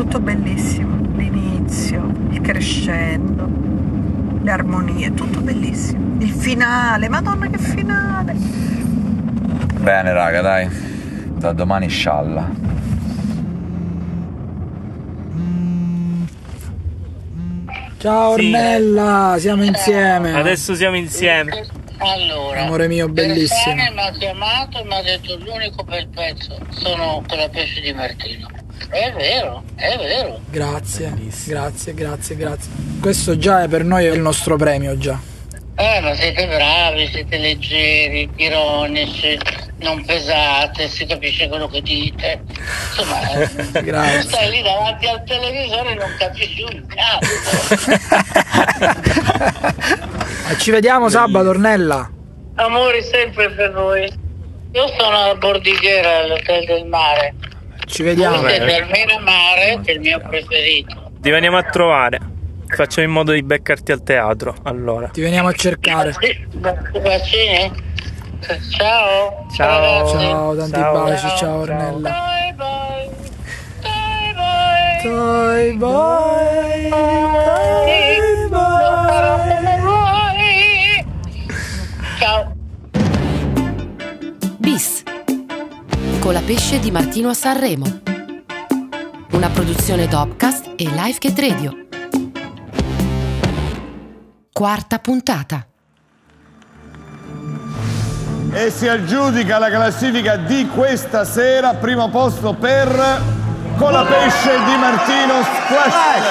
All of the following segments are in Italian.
tutto bellissimo, l'inizio, il crescendo, le armonie, tutto bellissimo. Il finale, madonna che finale. Bene raga, dai, da domani scialla. Ciao Ornella, siamo insieme. Adesso siamo insieme. Allora, amore mio bellissimo, Bersani mi ha chiamato e mi ha detto l'unico bel pezzo sono con la pesce di Martino. È vero, è vero. grazie, grazie. Questo già è per noi il nostro premio già. Ma siete bravi, siete leggeri, ironici, non pesate, si capisce quello che dite. Insomma, Grazie. stai lì davanti al televisore e non capisci un cazzo. Ci vediamo sabato Ornella. Amori sempre per voi. Io sono a Bordighera, all'Hotel del Mare. Ci vediamo. Voi siete al Mare, che è il mio preferito. Ti veniamo a trovare. Facciamo in modo di beccarti al teatro, allora. Ti veniamo a cercare. Bacini? Ciao. Ciao. Ciao, tanti baci, ciao Ornella. Bye bye. Bye Bye bye. bye. Lo farò come vuoi. Ciao. Bis con la pesce di Martino a Sanremo. Una produzione Dopcast e Lifekit Radio. Quarta puntata. E si aggiudica la classifica di questa sera, primo posto per Con la pesce di Martino Splash.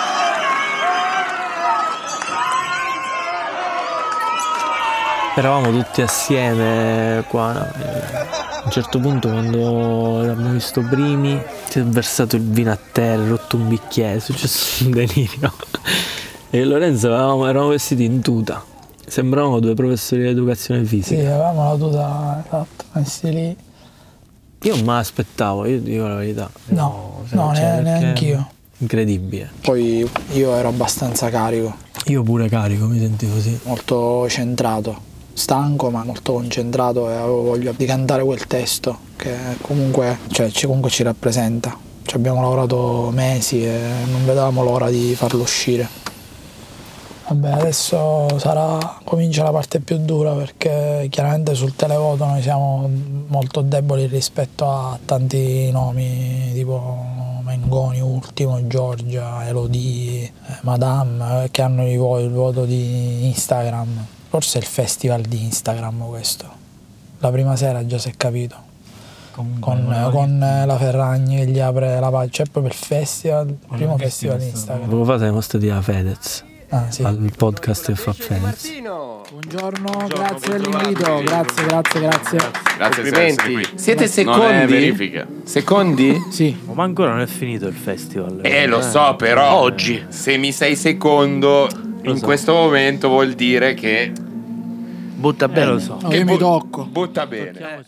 Eravamo tutti assieme qua, no? A un certo punto quando abbiamo visto primi si è versato il vino a terra, rotto un bicchiere, è successo un delirio. E Lorenzo eravamo vestiti in tuta, sembravamo due professori di educazione fisica. Sì, avevamo la tuta, esatto, messi lì. Io non me l'aspettavo, io dico la verità. No, neanche io. Incredibile. Poi io ero abbastanza carico. Io pure carico, mi sentivo così. Molto centrato. Stanco ma molto concentrato e avevo voglia di cantare quel testo che comunque ci rappresenta. Ci abbiamo lavorato mesi e non vedevamo l'ora di farlo uscire. Vabbè, adesso comincia la parte più dura perché chiaramente sul televoto noi siamo molto deboli rispetto a tanti nomi tipo Mengoni, Ultimo, Giorgia, Elodie, Madame che hanno il voto di Instagram. Forse è il festival di Instagram questo. La prima sera già si è capito. Con la Ferragni che gli apre la pagina. C'è proprio il festival, il primo festival di Instagram. Poco fa siamo stati a Fedez. Sì. Al podcast che fa Fedez. Buongiorno, grazie dell'invito. Grazie. Complimenti. Siete secondi? Non è verifica. Secondi? Sì. Ma ancora non è finito il festival. Lo so, però Oggi. se mi sei secondo in questo momento vuol dire che Butta bene. Lo so. No, io mi tocco. butta bene.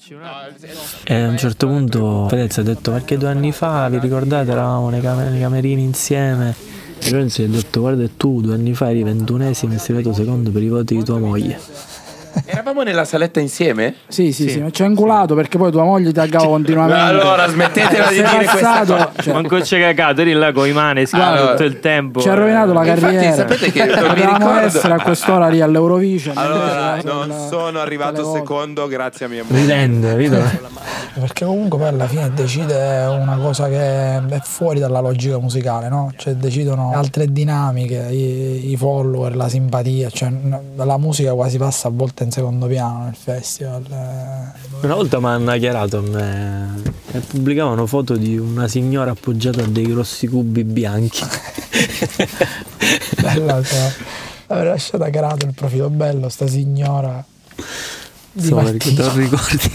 E a un certo punto Fedez ha detto: perché 2 anni fa, vi ricordate, eravamo nei camerini insieme. E Lorenzo gli ha detto: guarda, tu 2 anni fa eri 21esimo e sei arrivato secondo per i voti di tua moglie. Eravamo nella saletta insieme? Sì, ma ci ha inculato perché poi tua moglie ti aggava continuamente. Allora smettetela di dire questa cosa. Manco c'è cagato, eri là con i maneskin tutto il tempo. Ci ha rovinato la carriera. Infatti sapete che non mi Dovevamo ricordo. essere a quest'ora lì all'Eurovision. Allora, non sono arrivato secondo grazie a mia moglie. Ridende. Perché comunque poi alla fine decide una cosa che è fuori dalla logica musicale, no? Cioè decidono altre dinamiche, i follower, la simpatia, cioè la musica quasi passa a volte in secondo piano nel festival. Una volta mi hanno chiarato a me e pubblicavano foto di una signora appoggiata a dei grossi cubi bianchi. Bella, cioè, avrei lasciato carato il profilo bello, sta signora di Perché te lo ricordi?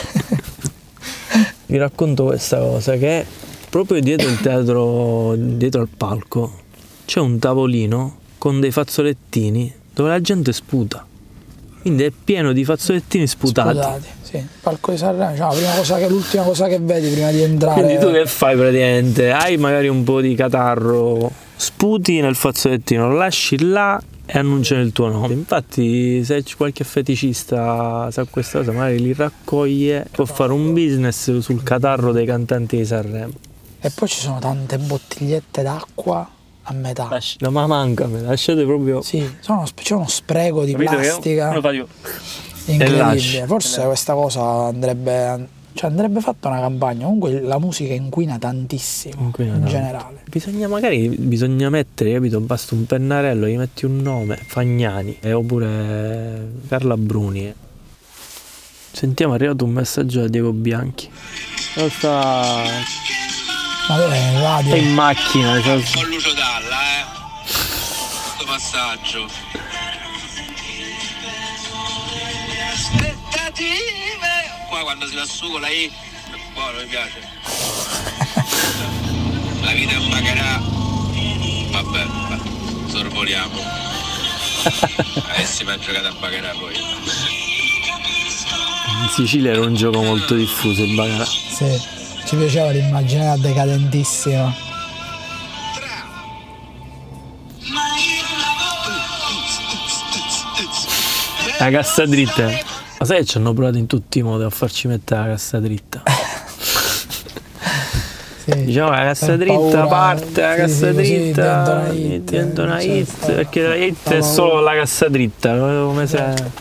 Vi racconto questa cosa che proprio dietro il teatro, dietro al palco, c'è un tavolino con dei fazzolettini dove la gente sputa. Quindi è pieno di fazzolettini sputati. Sì, il palco di Sanremo, cioè, l'ultima cosa che vedi prima di entrare. Quindi tu che fai praticamente? Hai magari un po' di catarro, sputi nel fazzolettino, lo lasci là e annunciano il tuo nome. Infatti se c'è qualche feticista sa questa cosa, magari li raccoglie, può fare un business sul catarro dei cantanti di Sanremo. E poi ci sono tante bottigliette d'acqua a metà. No, ma manca, me lasciate proprio. Sì, c'è uno spreco di Capito? plastica Lo faccio. incredibile. Forse questa cosa andrebbe fatta una campagna. Comunque la musica inquina tantissimo in generale. Bisogna mettere, capito? Basta un pennarello, gli metti un nome, Fagnani, oppure Carla Bruni. Sentiamo, è arrivato un messaggio da Diego Bianchi. Ma dove è in radio? È in macchina. Con Lucio Dalla, questo passaggio. Aspettative. Qua quando si va su con la I, buono, mi piace. La vita è un bagarà. Vabbè, sorvoliamo. Adesso mi ha giocato a bagarà poi. In Sicilia era un gioco molto diffuso il bagarà. Sì, ci piaceva l'immaginaria decadentissima. La cassa dritta. Ma sai che ci hanno provato in tutti i modi a farci mettere la cassa dritta? Sì, diciamo la cassa dritta parte, la cassa dritta diventa una hit, perché la hit è solo la cassa dritta, come se...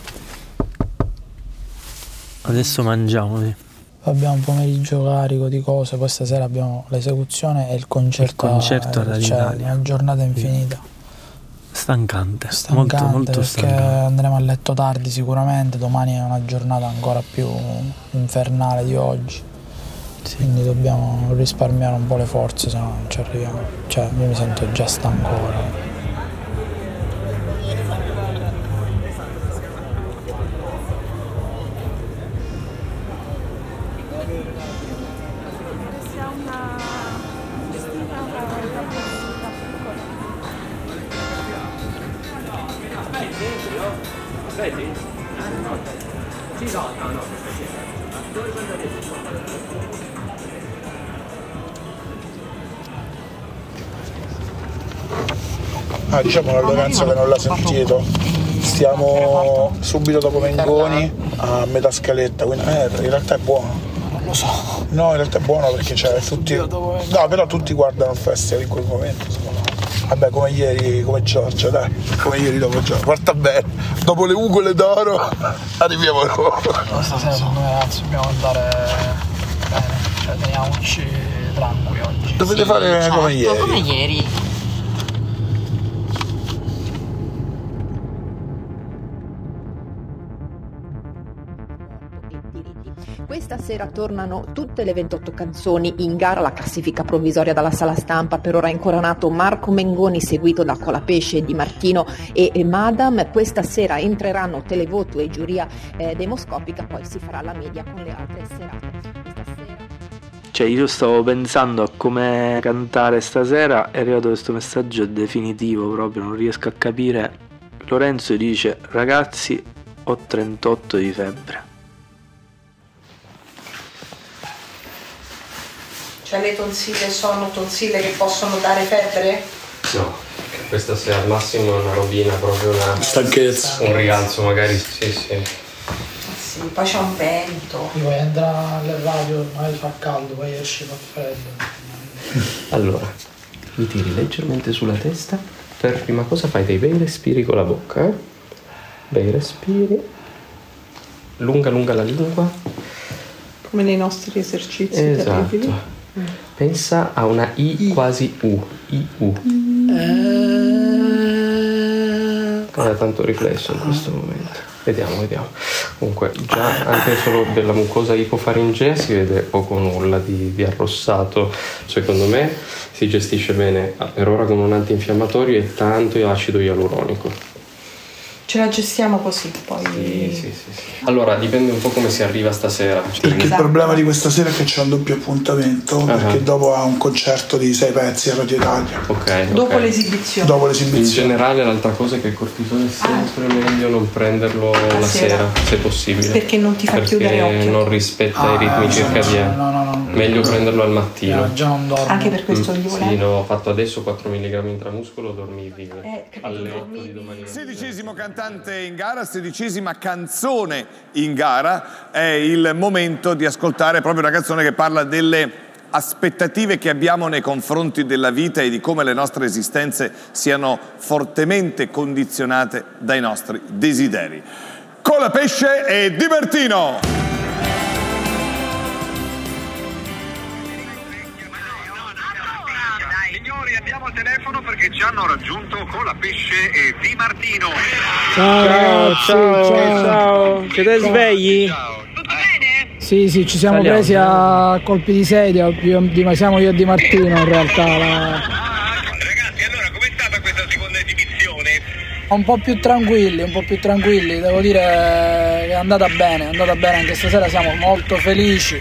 Adesso mangiamo, sì. Abbiamo un pomeriggio carico di cose, poi stasera abbiamo l'esecuzione e il concerto a Radio una giornata infinita. Stancante, molto perché stancante. andremo a letto tardi sicuramente, domani è una giornata ancora più infernale di oggi. Sì. Quindi dobbiamo risparmiare un po' le forze, se no non ci arriviamo. Cioè, io mi sento già stanco ora. Diciamo alla ragazza che non l'ha sentito, stiamo subito dopo Mengoni a metà scaletta, quindi in realtà è buono. Non lo so. No, in realtà è buono perché c'è tutti. No, però tutti guardano il festival in quel momento, secondo me. Vabbè, come ieri, come Giorgia, dai. Come ieri dopo Giorgia. Guarda bene, dopo le ugole d'oro arriviamo a Roma. No, stasera secondo me ragazzi dobbiamo andare bene, cioè teniamoci tranquilli oggi. Dovete fare come ieri. Come ieri. Questa sera tornano tutte le 28 canzoni in gara alla classifica provvisoria dalla sala stampa. Per ora è incoronato Marco Mengoni, seguito da Colapesce, Di Martino e Madam. Questa sera entreranno Televoto e giuria demoscopica, poi si farà la media con le altre serate. Cioè io stavo pensando a come cantare stasera, è arrivato questo messaggio definitivo proprio, non riesco a capire. Lorenzo dice: ragazzi, ho 38 di febbre. Cioè le tonsille sono tonsille che possono dare febbre? No, questa sera al massimo è una robina, proprio una stanchezza, un rialzo magari, sì. Sì, poi c'è un vento. Vuoi andare alle radio, magari fa caldo, poi esci, fa freddo. Allora, mi tiri leggermente sulla testa, per prima cosa fai dei bei respiri con la bocca, bei respiri, lunga la lingua. Come nei nostri esercizi terribili. Pensa a una I quasi U. I-U. Non è tanto riflesso in questo momento. Vediamo. Comunque già anche solo della mucosa ipofaringea si vede poco o nulla di arrossato. Secondo me si gestisce bene per ora con un antinfiammatorio e tanto acido ialuronico. Ce la gestiamo così, poi. Sì. Allora dipende un po' come si arriva stasera. Perché il problema di questa sera è che c'è un doppio appuntamento, perché dopo ha un concerto di 6 pezzi a Radio Italia. Ok. Dopo l'esibizione. In generale l'altra cosa è che il cortisone è sempre meglio non prenderlo la sera, se possibile. Perché non ti fa chiudere occhio. Perché non rispetta i ritmi circadiani. No. Meglio prenderlo al mattino. Già non dormo. Anche per questo gli volevo. Sì, ho fatto adesso 4 mg intramuscolo, dormivi alle 8 di domani. 16° cantante in gara, 16ª canzone in gara. È il momento di ascoltare proprio una canzone che parla delle aspettative che abbiamo nei confronti della vita e di come le nostre esistenze siano fortemente condizionate dai nostri desideri. Colapesce e Di Martino! Signori, andiamo al telefono perché ci hanno raggiunto Colapesce e Di Martino. Ciao. Siete svegli? Sì, ci siamo presi a colpi di sedia, siamo io e Di Martino in realtà. Ragazzi, allora com'è stata questa seconda esibizione? Un po' più tranquilli, devo dire che è andata bene, anche stasera siamo molto felici.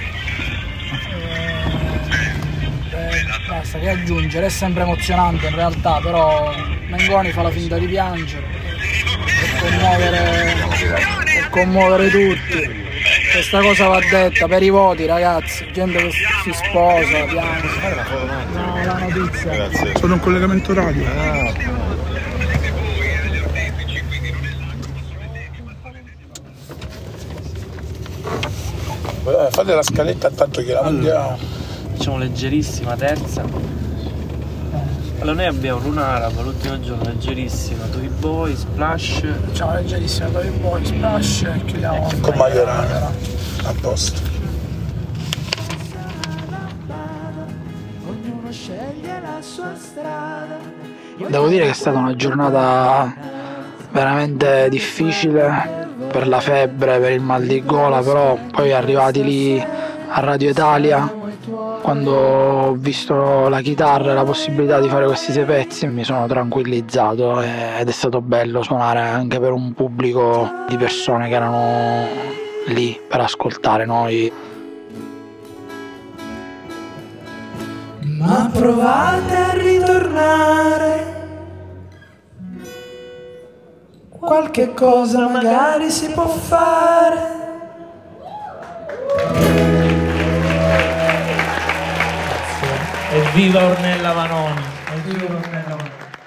Basta, che aggiungere, è sempre emozionante in realtà, però Mengoni fa la finta di piangere per commuovere tutti. Questa cosa va detta per i voti, ragazzi, gente che si sposa, piange. No, la notizia. Grazie. Sono un collegamento radio. Fate la scaletta intanto che la mandiamo. Facciamo leggerissima, terza. Allora noi abbiamo Lunara, l'ultimo giorno leggerissima, Toy Boy, Splash. Facciamo leggerissima, Toy Boy, Splash e chiudiamo con Majorana. A posto. Ognuno sceglie la sua strada. Devo dire che è stata una giornata veramente difficile per la febbre, per il mal di gola, però poi arrivati lì a Radio Italia, quando ho visto la chitarra e la possibilità di fare questi 6 pezzi, mi sono tranquillizzato ed è stato bello suonare anche per un pubblico di persone che erano lì per ascoltare noi. Ma provate a ritornare, qualche cosa magari si può fare. Evviva Ornella Vanoni! Evviva Ornella Vanoni!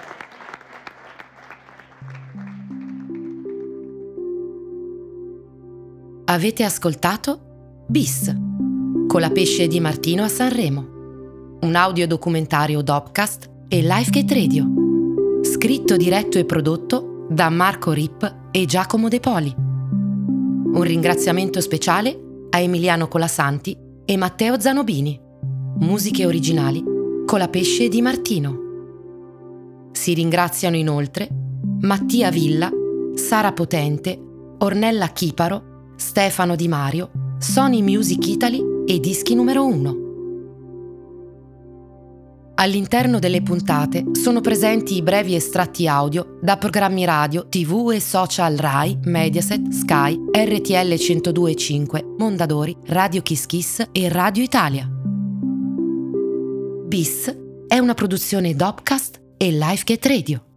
Avete ascoltato Bis, Colapesce e Di Martino a Sanremo, un audiodocumentario Dopcast e Lifegate Radio, scritto, diretto e prodotto da Marco Ripp e Giacomo De Poli. Un ringraziamento speciale a Emiliano Colasanti e Matteo Zanobini. Musiche originali Colapesce e Di Martino. Si ringraziano inoltre Mattia Villa, Sara Potente, Ornella Chiparo, Stefano Di Mario, Sony Music Italy e Dischi Numero 1. All'interno delle puntate sono presenti i brevi estratti audio da programmi radio, TV e social Rai, Mediaset, Sky, RTL 102.5, Mondadori, Radio Kiss Kiss e Radio Italia. Bis è una produzione Dopcast e Lifegate Radio.